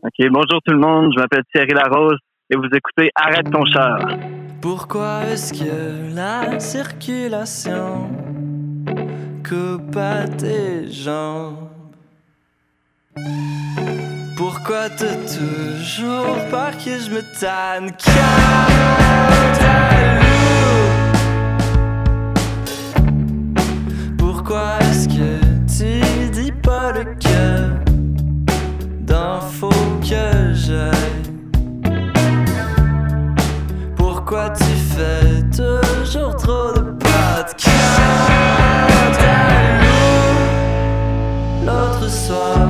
OK, bonjour tout le monde, je m'appelle Thierry Larose et vous écoutez Arrête ton char. Pourquoi est-ce que la circulation coupe à tes jambes? Pourquoi t'as toujours peur que je me tanne Cantalou? Pourquoi est-ce que tu dis pas le cœur d'infos que j'ai? Pourquoi tu fais toujours trop de podcasts? L'autre soir,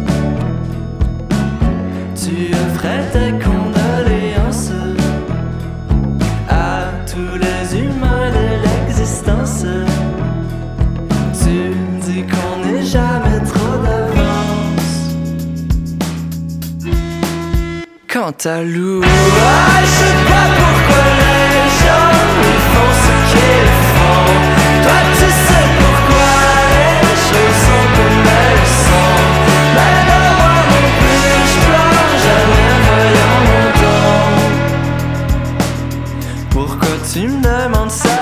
tu offrais tes condoléances à tous les humains de l'existence. Tu dis qu'on n'est jamais trop d'avance. Quant à Lou, je sais pas pourquoi les gens ils font ce qu'ils font. Toi tu sais pourquoi les choses sont comme elles sont. Mais non, moi non plus, je pleure jamais voyant mon temps. Pourquoi tu me demandes ça?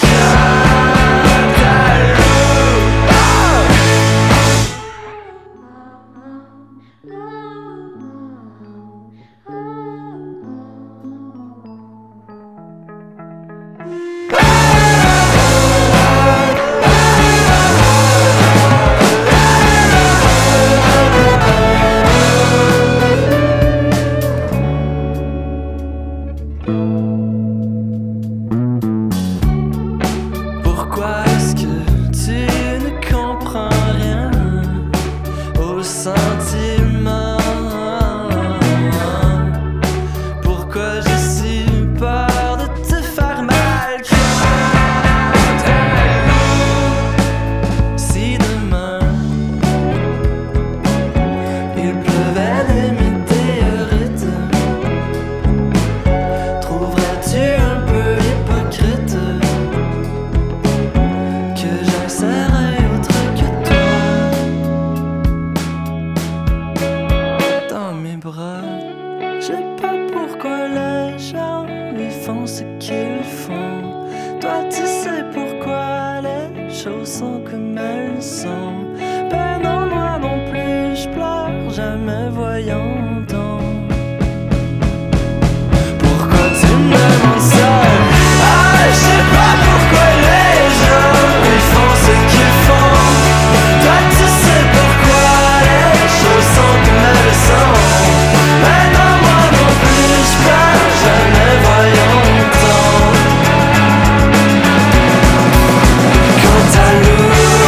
Pourquoi est-ce que tu ne comprends rien aux sentiments? Pourquoi j'ai si peur de te faire mal? Si demain il pleuvait des météorites, trouverais-tu un peu hypocrite que j'essaierai autre que toi dans mes bras? Je sais pas pourquoi les gens ils font ce qu'ils font. Toi tu sais pourquoi les choses sont comme elles sont. Ben non, moi non plus, je pleure jamais voyant ton. Pourquoi tu me demandes ça? Je sais pas pourquoi les gens ils font ce qu'ils font. Toi tu sais pourquoi les choses sont comme elles sont. Mais non, moi non plus, je pleure jamais voyant ton. Quant à Lou,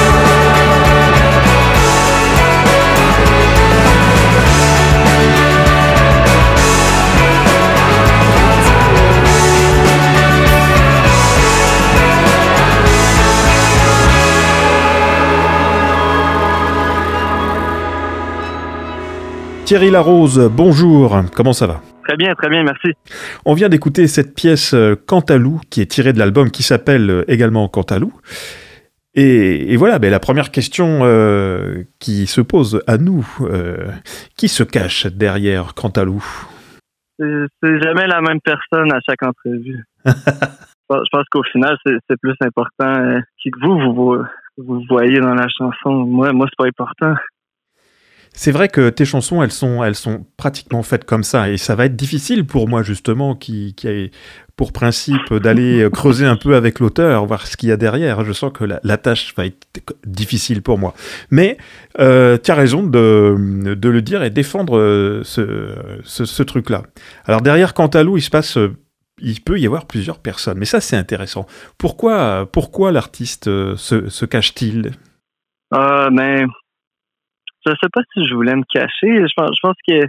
Thierry Larose, bonjour, comment ça va? Très bien, merci. On vient d'écouter cette pièce Cantalou qui est tirée de l'album qui s'appelle également Cantalou. Et voilà, la première question qui se pose à nous, qui se cache derrière Cantalou? C'est jamais la même personne à chaque entrevue. Je pense qu'au final, c'est plus important qui que vous voyez dans la chanson. Moi, c'est pas important. C'est vrai que tes chansons, elles sont pratiquement faites comme ça, et ça va être difficile pour moi justement, qui a pour principe d'aller creuser un peu avec l'auteur, voir ce qu'il y a derrière. Je sens que la tâche va être difficile pour moi. Mais tu as raison de le dire et défendre ce truc-là. Alors derrière Cantalou, il peut y avoir plusieurs personnes, mais ça c'est intéressant. Pourquoi l'artiste se cache-t-il? Je sais pas si je voulais me cacher. Je pense que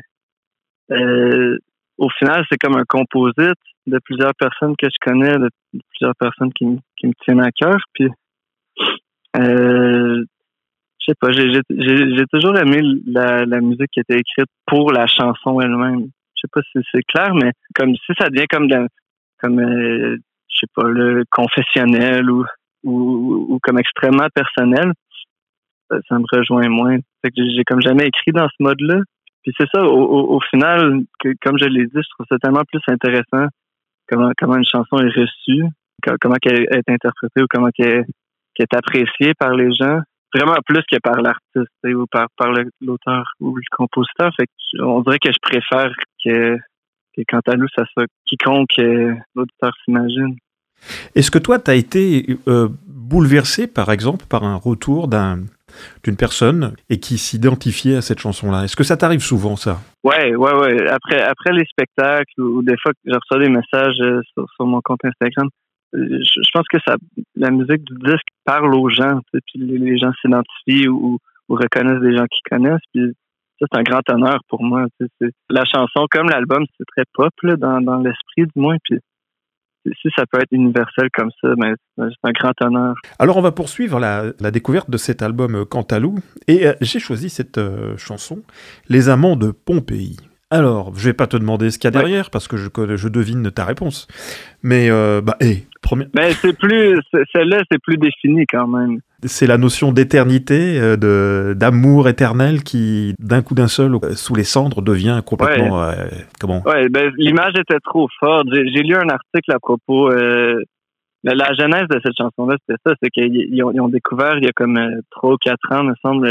au final, c'est comme un composite de plusieurs personnes que je connais, de plusieurs personnes qui me tiennent à cœur. Puis, je sais pas, j'ai toujours aimé la musique qui était écrite pour la chanson elle-même. Je sais pas si c'est clair, mais comme si ça devient comme je sais pas, le confessionnel ou comme extrêmement personnel, ça me rejoint moins. Fait que j'ai comme jamais écrit dans ce mode-là. Puis c'est ça, au final, comme je l'ai dit, je trouve ça tellement plus intéressant comment une chanson est reçue, comment elle est interprétée ou comment qu'elle est appréciée par les gens. Vraiment plus que par l'artiste ou par l'auteur ou le compositeur. Fait on dirait que je préfère que Cantalou, ça soit quiconque l'auditeur s'imagine. Est-ce que toi, tu as été bouleversé, par exemple, par un retour d'une personne et qui s'identifiait à cette chanson-là? Est-ce que ça t'arrive souvent, ça? Ouais. Après les spectacles ou des fois que je reçois des messages sur mon compte Instagram, je pense que la musique du disque parle aux gens, puis les gens s'identifient ou reconnaissent des gens qu'ils connaissent. Puis ça, c'est un grand honneur pour moi. La chanson, comme l'album, c'est très pop là, dans l'esprit du moins. Puis si ça peut être universel comme ça, ben, c'est un grand honneur. Alors on va poursuivre la découverte de cet album Cantalou. Et j'ai choisi cette chanson, Les Amants de Pompéi. Alors, je vais pas te demander ce qu'il y a derrière, parce que je devine ta réponse. Mais, celle-là, c'est plus défini quand même. C'est la notion d'éternité, d'amour éternel qui, d'un seul, sous les cendres, devient complètement... l'image était trop forte. J'ai lu un article à propos... la genèse de cette chanson-là, c'était ça, c'est qu'ils ont découvert il y a comme 3 ou 4 ans, me semble,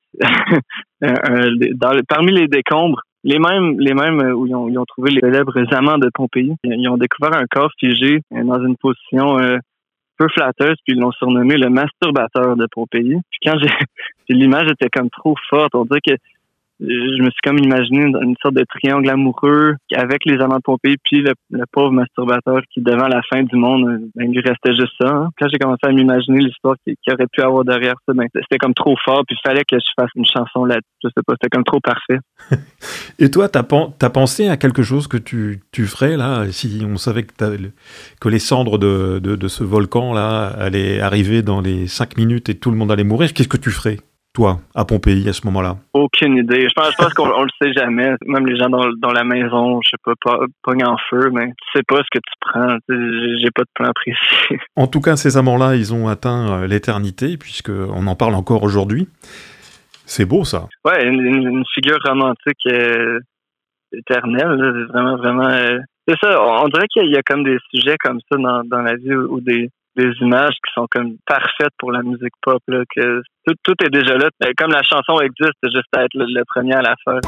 parmi les décombres, les mêmes où ils ont trouvé les célèbres amants de Pompéi. Ils ont découvert un corps figé dans une position peu flatteuse, puis ils l'ont surnommé le masturbateur de Pompéi. Puis quand l'image était comme trop forte, on dirait que je me suis comme imaginé une sorte de triangle amoureux avec les amants de Pompéi puis le pauvre masturbateur qui, devant la fin du monde, il lui restait juste ça. Hein. Quand j'ai commencé à m'imaginer l'histoire qu'il aurait pu avoir derrière ça, c'était comme trop fort, puis il fallait que je fasse une chanson là-dessus. Je sais pas, c'était comme trop parfait. Et toi, t'as pensé à quelque chose que tu ferais, là, si on savait que les cendres de ce volcan-là allaient arriver dans les 5 minutes et tout le monde allait mourir, qu'est-ce que tu ferais, toi, à Pompéi, à ce moment-là? Aucune idée. Je pense qu'on le sait jamais. Même les gens dans la maison, je sais pas, pognent en feu, mais tu sais pas ce que tu prends. J'ai pas de plan précis. En tout cas, ces amants-là, ils ont atteint l'éternité, puisqu'on en parle encore aujourd'hui. C'est beau, ça. Ouais, une figure romantique éternelle. Vraiment, vraiment... c'est ça, on dirait qu'il y a comme des sujets comme ça dans la vie ou des images qui sont comme parfaites pour la musique pop, là, que tout est déjà là. Comme la chanson existe, c'est juste à être le premier à la faire.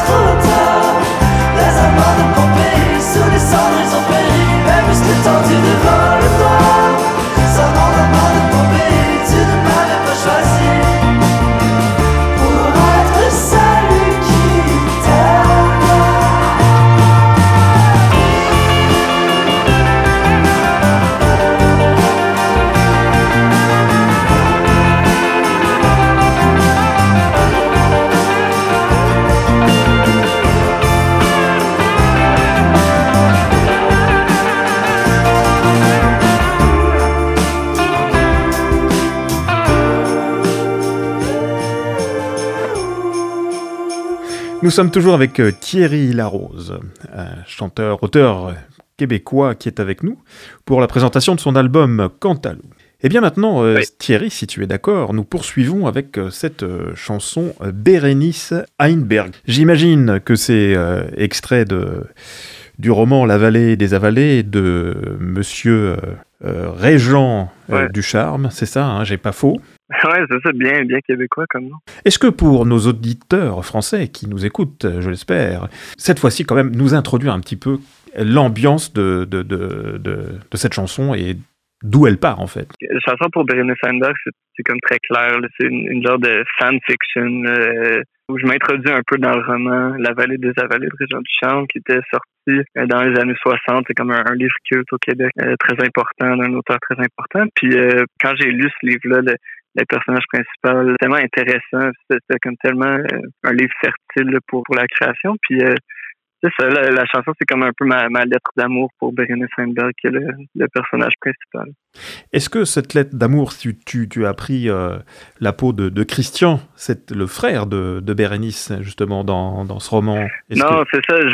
trop tard. Les amants de Pompéi, sous les cendres ils ont péri, même muscles tendus devant le noir. Sans mon amant de Pompéi, tu ne m'avais pas choisi pour être celui qui t'aime. Nous sommes toujours avec Thierry Larose, chanteur, auteur québécois qui est avec nous pour la présentation de son album Cantalou. Et bien maintenant, Oui. Thierry, si tu es d'accord, nous poursuivons avec cette chanson Bérénice Heinberg. J'imagine que c'est extrait du roman La vallée des avalées de monsieur Régent du Charme, c'est ça, hein, j'ai pas faux. Ouais, c'est ça, bien québécois comme nom. Est-ce que pour nos auditeurs français qui nous écoutent, je l'espère, cette fois-ci quand même nous introduire un petit peu l'ambiance de cette chanson et d'où elle part en fait? La chanson pour Bérénice Heinberg, c'est comme très clair, là. C'est une genre de fanfiction où je m'introduis un peu dans le roman La vallée des avalées de Régent du Charme qui était sorti dans les années 60. C'est comme un livre culte au Québec très important, d'un auteur très important. Puis quand j'ai lu ce livre-là, le personnage principal, tellement intéressant, c'était comme tellement un livre fertile là, pour la création. Puis c'est ça, la chanson, c'est comme un peu ma lettre d'amour pour Bérénice Heinberg, qui est le personnage principal. Est-ce que cette lettre d'amour, tu as pris la peau de Christian, c'est le frère de Bérénice, justement, dans ce roman? Non, c'est ça,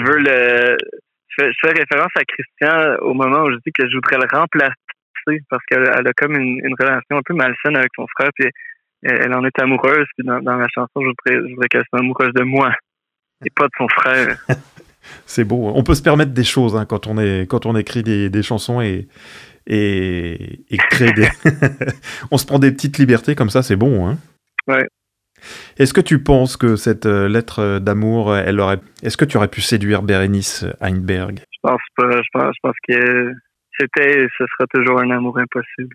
je fais référence à Christian au moment où je dis que je voudrais le remplacer, parce qu'elle a comme une relation un peu malsaine avec son frère, puis elle en est amoureuse, puis dans la chanson, je voudrais qu'elle soit amoureuse de moi, et pas de son frère. C'est beau. On peut se permettre des choses hein, quand on écrit des chansons et créer des... On se prend des petites libertés comme ça, c'est bon. Hein. Ouais. Est-ce que tu penses que cette lettre d'amour, est-ce que tu aurais pu séduire Bérénice Heinberg? Je pense pas. Je pense que c'était et ce sera toujours un amour impossible.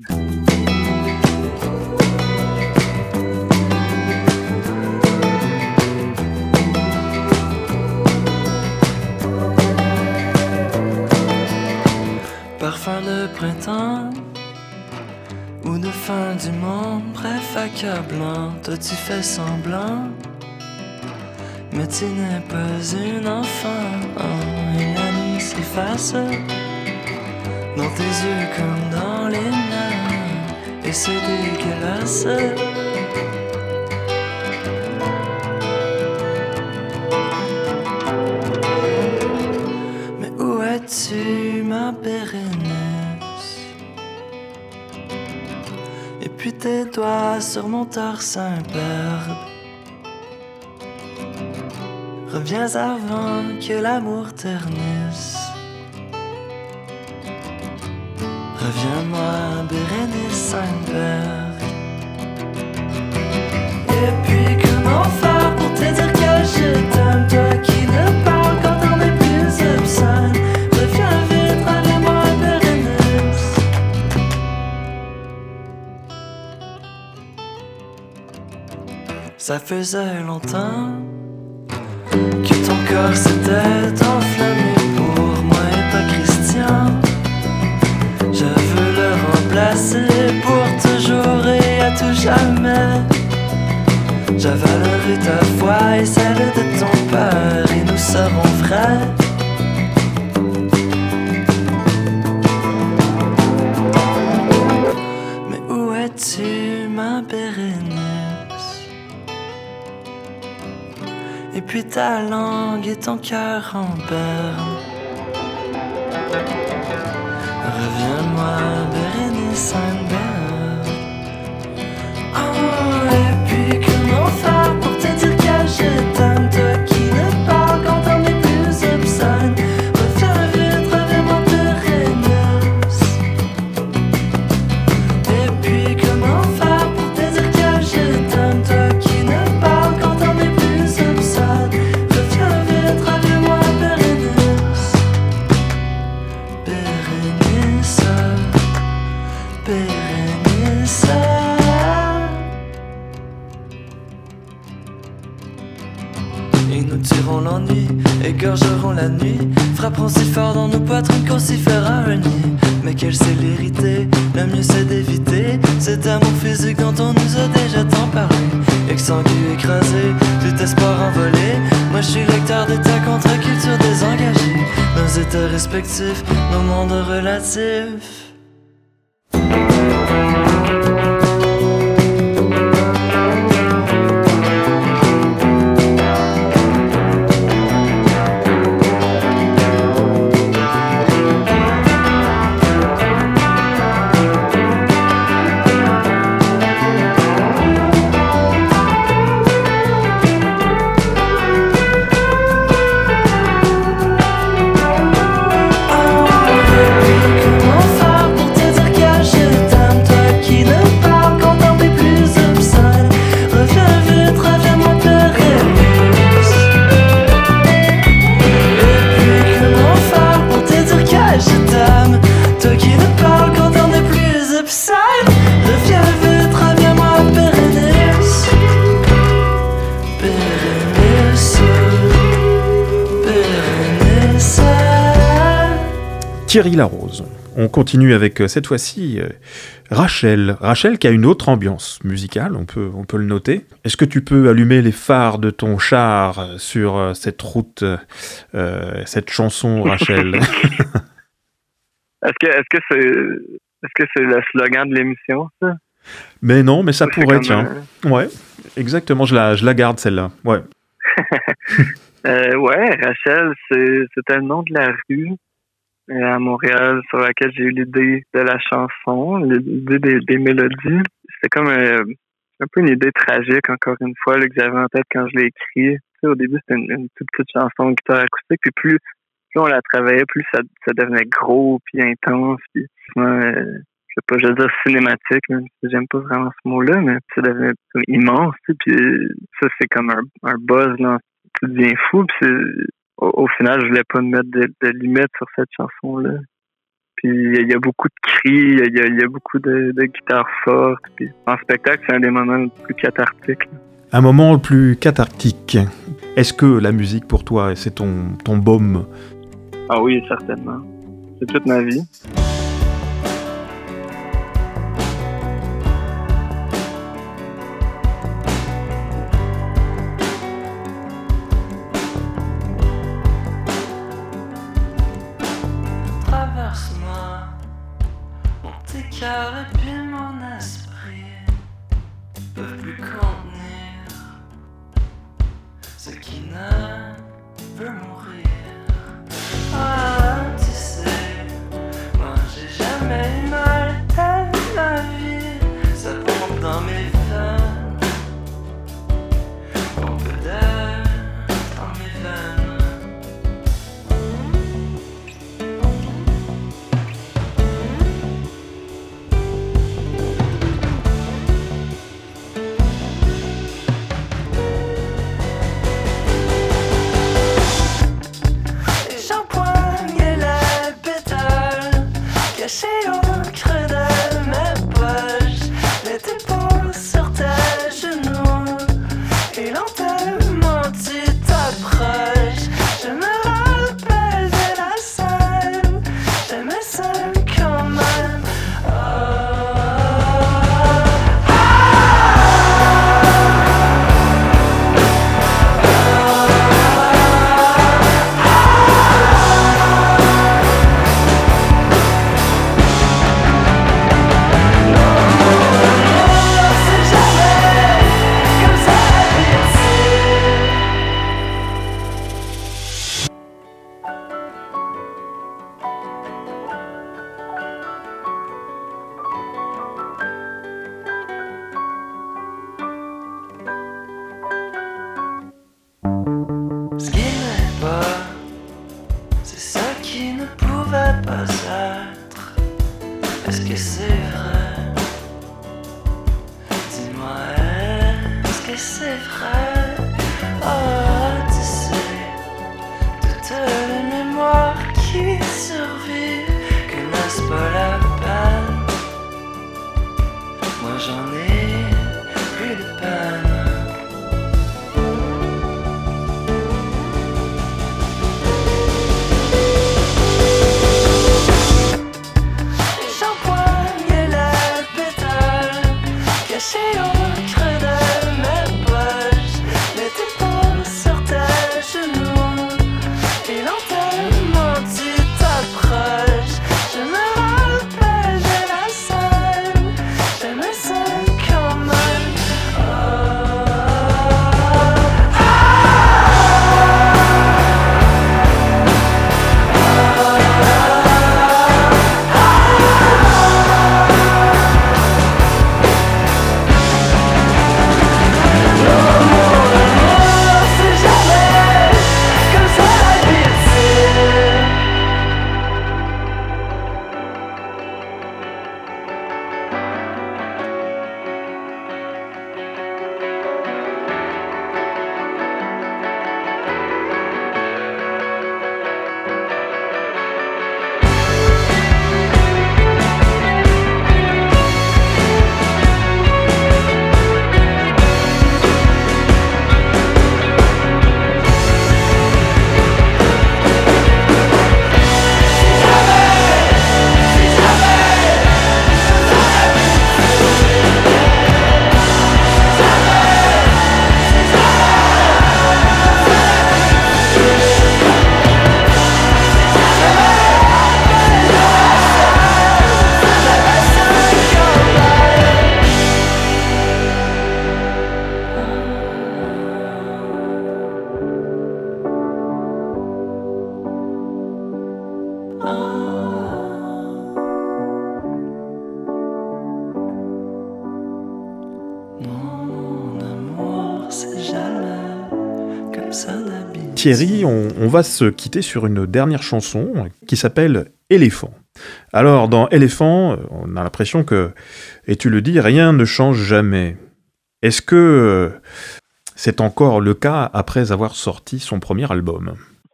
Parfum de printemps ou de fin du monde, bref accablant, toi tu fais semblant, mais tu n'es pas une enfant, et la nuit s'efface dans tes yeux comme dans les nains, et c'est dégueulasse. Mais où es-tu, ma Bérénice? Et puis tes doigts sur mon torse imberbe. Reviens avant que l'amour ternisse. Reviens-moi, Bérénice Heinberg. Et puis comment faire pour te dire que je t'aime, toi qui ne parles quand on est plus obscène. Reviens vite, reviens-moi, Bérénice. Ça faisait longtemps que ton corps s'était enflammé pour moi et pas Christian. Je veux le remplacer pour toujours et à tout jamais. J'avalerai ta foi et celle de ton père et nous serons frères. Mais où es-tu, ma Bérénice? Et puis ta langue et ton cœur en berne. Reviens-moi, Bérénice Heinberg. Oh, et puis comment faire pour te dire que je t'aime, toi qui ne parles quand on est plus obscène. Reviens vite, reviens-moi, Bérénice. Et puis comment faire pour te dire que je t'aime, toi qui ne parles quand on est plus obscène. Reviens vite. Et nous tuerons l'ennui, égorgerons la nuit, frapperons si fort dans nos poitrines qu'on s'y fera un nid. Mais quelle célérité, le mieux c'est d'éviter cet amour physique dont on nous a déjà tant parlé. Exsangue écrasé, tout espoir envolé. Moi je suis lecteur de ta contre-culture désengagée. Nos états respectifs, nos mondes relatifs. Thierry Larose. On continue avec cette fois-ci Rachel. Rachel qui a une autre ambiance musicale, on peut le noter. Est-ce que tu peux allumer les phares de ton char sur cette route, cette chanson, Rachel? Est-ce que c'est le slogan de l'émission, ça? Mais non, mais ça pourrait, tiens. Ouais, exactement, je la garde celle-là. Ouais. Ouais, Rachel, c'était le nom de la rue à Montréal sur laquelle j'ai eu l'idée de la chanson, l'idée des mélodies. C'était comme un peu une idée tragique, encore une fois, là, que j'avais en tête quand je l'ai écrit. Tu sais, au début, c'était une toute petite chanson de guitare acoustique, puis plus on la travaillait, plus ça devenait gros, puis intense, puis je sais pas, je veux dire cinématique, même si j'aime pas vraiment ce mot-là, mais ça devenait immense, puis ça, c'est comme un buzz, là, tout devient fou, puis au final, je voulais pas me mettre de limites sur cette chanson-là. Puis il y a beaucoup de cris, il y a beaucoup de guitares fortes. Puis en spectacle, c'est un des moments les plus cathartiques. Un moment le plus cathartique. Est-ce que la musique pour toi, c'est ton baume? Ah oui, certainement. C'est toute ma vie. Et puis mon esprit peut plus contenir ce qui ne veut mourir. Ah, tu sais, moi j'ai jamais eu mal à la vie. Ça pompe dans mes veines, un peu d'air dans mes veines. Caché au creux de mes poches, les épaules sur tes genoux, et lentement tu t'approches. Je me rappelle de la scène, j'aimais ça quand même. Ce qui n'est pas, c'est ça qui ne pouvait pas être. Est-ce que c'est vrai? Dis-moi, est-ce que c'est vrai? Oh, tu sais, toutes les mémoires qui survivent, que n'est-ce pas la peine? Moi j'en ai plus de peine. Thierry, on va se quitter sur une dernière chanson qui s'appelle Éléphant. Alors, dans Éléphant, on a l'impression que, et tu le dis, rien ne change jamais. Est-ce que c'est encore le cas après avoir sorti son premier album?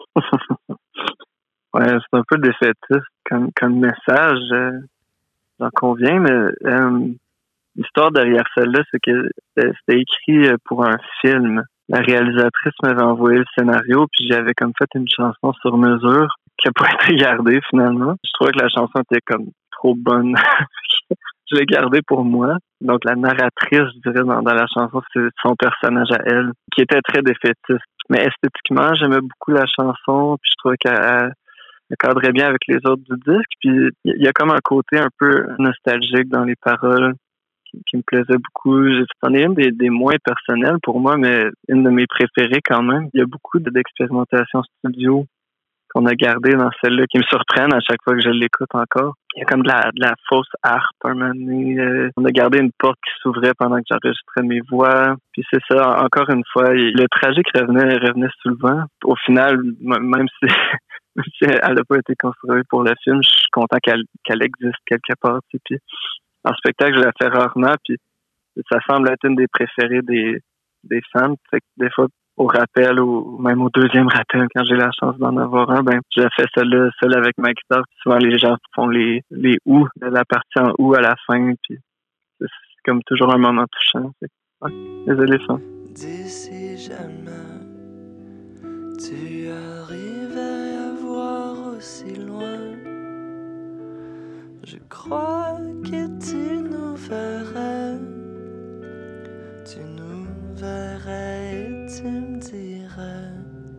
Ouais, c'est un peu défaitiste comme message, j'en conviens, mais l'histoire derrière celle-là, c'est que c'était écrit pour un film. La réalisatrice m'avait envoyé le scénario, puis j'avais comme fait une chanson sur mesure qui n'a pas été gardée finalement. Je trouvais que la chanson était comme trop bonne. Je l'ai gardée pour moi. Donc la narratrice, je dirais, dans la chanson, c'est son personnage à elle, qui était très défaitiste. Mais esthétiquement, j'aimais beaucoup la chanson, puis je trouvais qu'elle cadrait bien avec les autres du disque. Puis il y a comme un côté un peu nostalgique dans les paroles qui me plaisait beaucoup. C'en est une des moins personnelles pour moi, mais une de mes préférées quand même. Il y a beaucoup d'expérimentation studio qu'on a gardé dans celle-là qui me surprennent à chaque fois que je l'écoute encore. Il y a comme de la fausse harpe un moment donné. On a gardé une porte qui s'ouvrait pendant que j'enregistrais mes voix. Puis c'est ça, encore une fois, le tragique revenait souvent. Au final, même si elle n'a pas été construite pour le film, je suis content qu'elle existe quelque part. Puis en spectacle, je la fais rarement, puis ça semble être une des préférées des fans. Fait que des fois, au rappel ou même au deuxième rappel, quand j'ai la chance d'en avoir un, je fais celle-là seule avec ma guitare. Puis souvent, les gens font les ou, la partie en ou à la fin, puis c'est comme toujours un moment touchant. Fait que, ouais, les éléphants. Dis si jamais tu arrivais à voir aussi loin, je crois que tu nous verrais et tu me dirais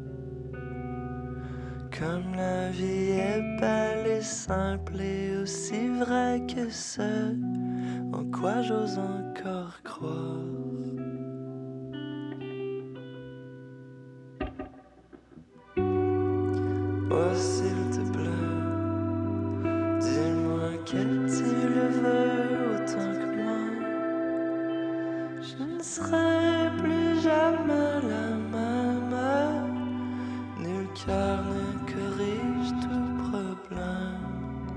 comme la vie est belle et simple et aussi vraie que ce en quoi j'ose encore croire. Oh s'il te plaît, dis-moi que tu le veux autant que moi. Je ne serai plus jamais la même. Nul cœur ne corrige tout problème.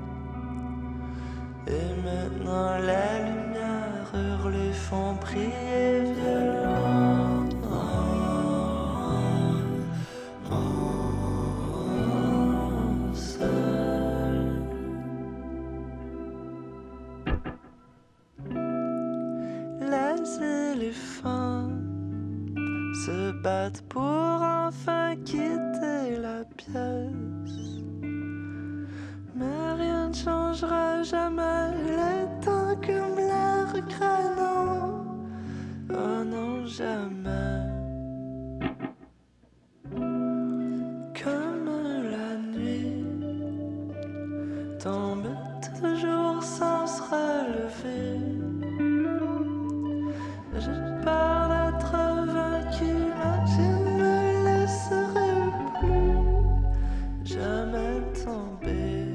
Et maintenant les lumières hurlent font prier violent. Les éléphants se battent pour enfin quitter la pièce. Mais rien ne changera jamais, le temps comme l'air crânant. Oh non, jamais. Comme la nuit tombe toujours sans se relever. J'ai peur d'être vaincu, mais je ne me laisserai plus jamais tomber.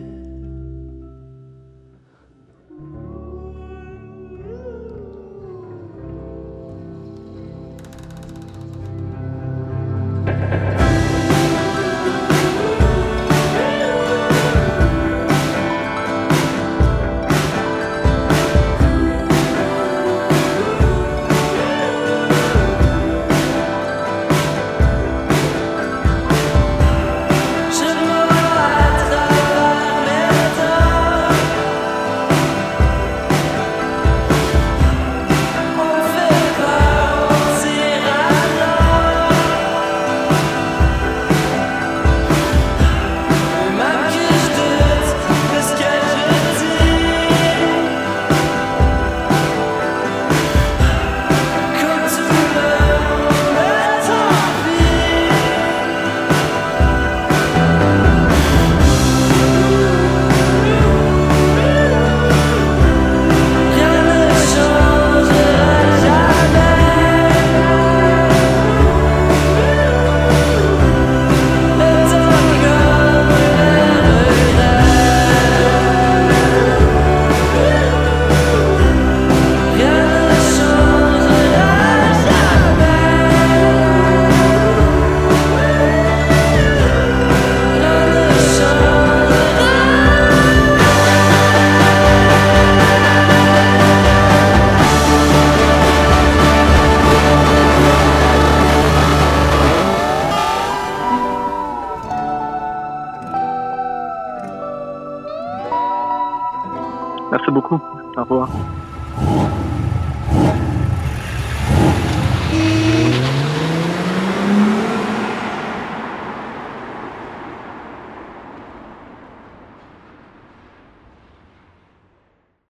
Merci beaucoup. Au revoir.